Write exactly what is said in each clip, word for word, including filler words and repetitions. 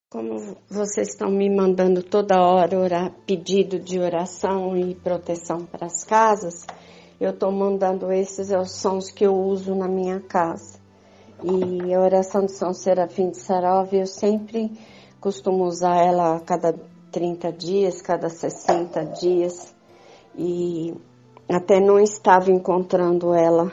Como vocês estão me mandando toda hora orar, pedido de oração e proteção para as casas, eu estou mandando esses sons que eu uso na minha casa. E a oração de São Serafim de Sarov, eu sempre costumo usar ela a cada trinta dias, cada sessenta dias. E até não estava encontrando ela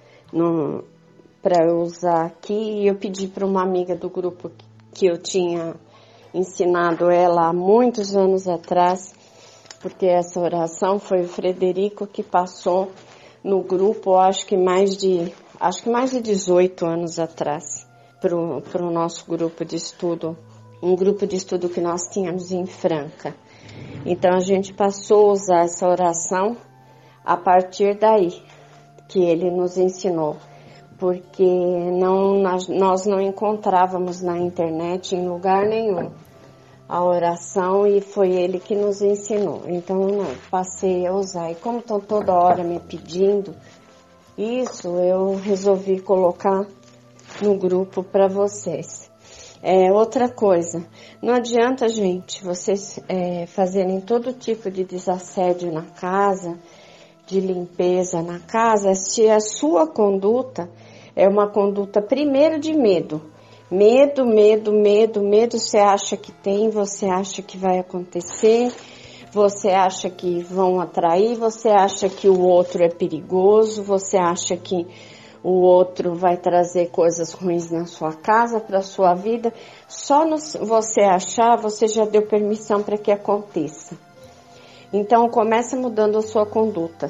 para eu usar aqui. E eu pedi para uma amiga do grupo que eu tinha ensinado ela há muitos anos atrás, porque essa oração foi o Frederico que passou no grupo, acho que mais de, acho que mais de dezoito anos atrás, para o nosso grupo de estudo, um grupo de estudo que nós tínhamos em Franca. Então a gente passou a usar essa oração a partir daí, que ele nos ensinou, porque não, nós não encontrávamos na internet em lugar nenhum a oração e foi ele que nos ensinou. Então eu passei a usar. E como estão toda hora me pedindo isso, eu resolvi colocar no grupo para vocês. É, outra coisa, não adianta, gente, vocês é, fazerem todo tipo de desassédio na casa, de limpeza na casa, se a sua conduta é uma conduta primeiro de medo. Medo, medo, medo, medo, você acha que tem, você acha que vai acontecer, você acha que vão atrair, você acha que o outro é perigoso, você acha que o outro vai trazer coisas ruins na sua casa, para a sua vida. Só no, você achar, você já deu permissão para que aconteça. Então, começa mudando a sua conduta,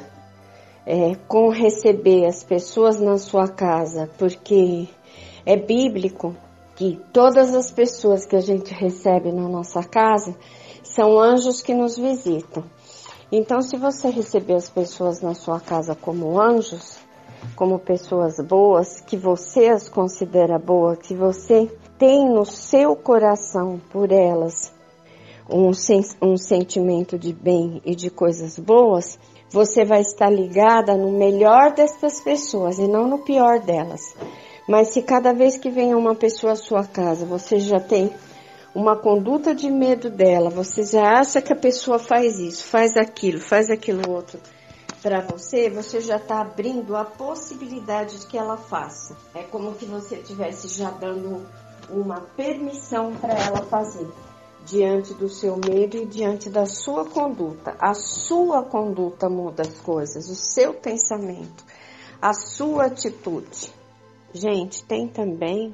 é, com receber as pessoas na sua casa, porque é bíblico que todas as pessoas que a gente recebe na nossa casa são anjos que nos visitam. Então, se você receber as pessoas na sua casa como anjos, como pessoas boas, que você as considera boas, que você tem no seu coração por elas um, sen- um sentimento de bem e de coisas boas, você vai estar ligada no melhor dessas pessoas e não no pior delas. Mas se cada vez que vem uma pessoa à sua casa, você já tem uma conduta de medo dela, você já acha que a pessoa faz isso, faz aquilo, faz aquilo outro para você, você já está abrindo a possibilidade de que ela faça. É como que você estivesse já dando uma permissão para ela fazer, diante do seu medo e diante da sua conduta. A sua conduta muda as coisas, o seu pensamento, a sua atitude. Gente, tem também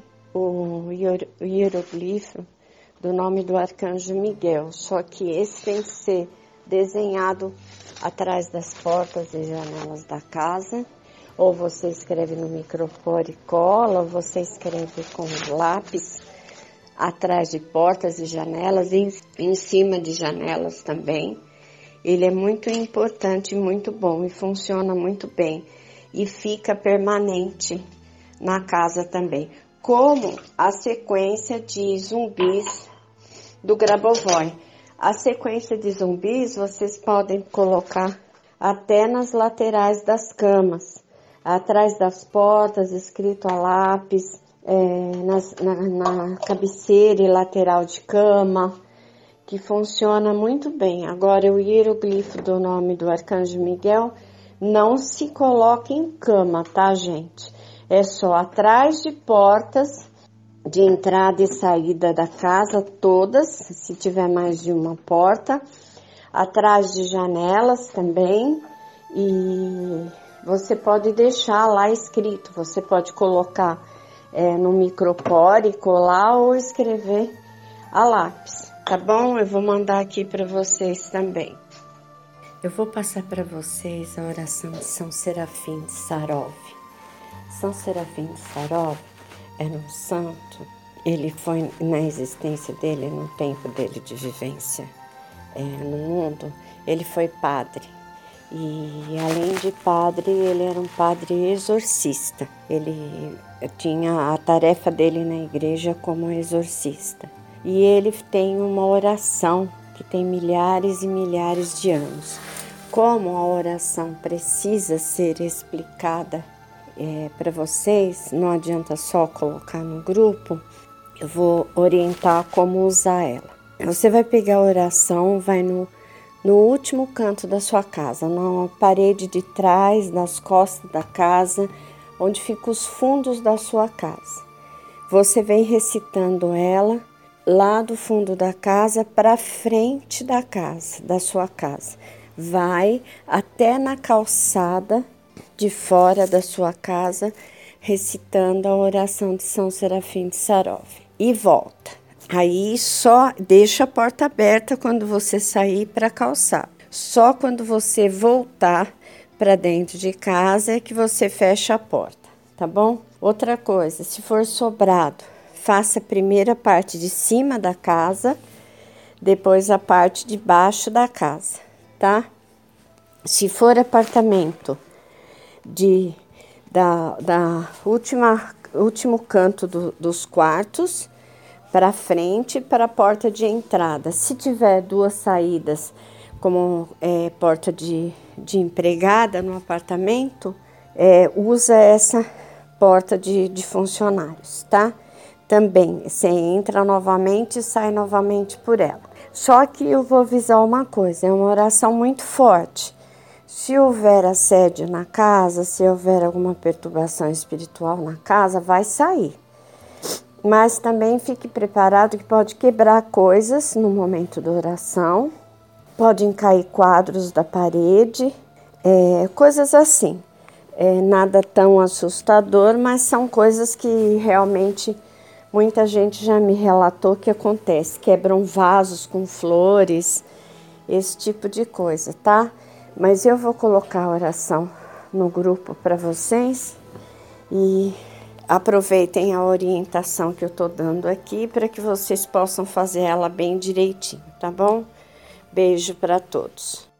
o hieroglifo do nome do arcanjo Miguel, só que esse tem que ser desenhado atrás das portas e janelas da casa, ou você escreve no microfone e cola, ou você escreve com lápis atrás de portas e janelas, e em cima de janelas também. Ele é muito importante, muito bom e funciona muito bem e fica permanente na casa também, como a sequência de zumbis do Grabovoi. A sequência de zumbis vocês podem colocar até nas laterais das camas, atrás das portas, escrito a lápis, é, nas, na, na cabeceira e lateral de cama, que funciona muito bem. Agora, o hieroglifo do nome do Arcanjo Miguel não se coloca em cama, tá, gente? É só atrás de portas de entrada e saída da casa, todas, se tiver mais de uma porta, atrás de janelas também, e você pode deixar lá escrito, você pode colocar é, no micropore, colar ou escrever a lápis, tá bom? Eu vou mandar aqui para vocês também. Eu vou passar para vocês a oração de São Serafim de Sarov. São Serafim de Sarov era um santo, ele foi na existência dele, no tempo dele de vivência é, no mundo, ele foi padre. E além de padre, ele era um padre exorcista. Ele tinha a tarefa dele na igreja como exorcista. E ele tem uma oração que tem milhares e milhares de anos. Como a oração precisa ser explicada é, para vocês, não adianta só colocar no grupo, eu vou orientar como usar ela. Você vai pegar a oração, vai no, no último canto da sua casa, na parede de trás, nas costas da casa, onde ficam os fundos da sua casa. Você vem recitando ela lá do fundo da casa para frente da casa, da sua casa. Vai até na calçada de fora da sua casa, recitando a oração de São Serafim de Sarov. E volta. Aí só deixa a porta aberta quando você sair para a calçada. Só quando você voltar para dentro de casa é que você fecha a porta, tá bom? Outra coisa, se for sobrado, faça a primeira parte de cima da casa, depois a parte de baixo da casa, tá? Se for apartamento de, da, da última, último canto do, dos quartos, para frente, para a porta de entrada. Se tiver duas saídas, como é, porta de, de empregada no apartamento, é, usa essa porta de, de funcionários, tá? Também, você entra novamente e sai novamente por ela. Só que eu vou avisar uma coisa, é uma oração muito forte. Se houver assédio na casa, se houver alguma perturbação espiritual na casa, vai sair. Mas também fique preparado que pode quebrar coisas no momento da oração, podem cair quadros da parede, é, coisas assim. É, nada tão assustador, mas são coisas que realmente muita gente já me relatou que acontece. Quebram vasos com flores, esse tipo de coisa, tá? Mas eu vou colocar a oração no grupo para vocês e aproveitem a orientação que eu tô dando aqui para que vocês possam fazer ela bem direitinho, tá bom? Beijo para todos.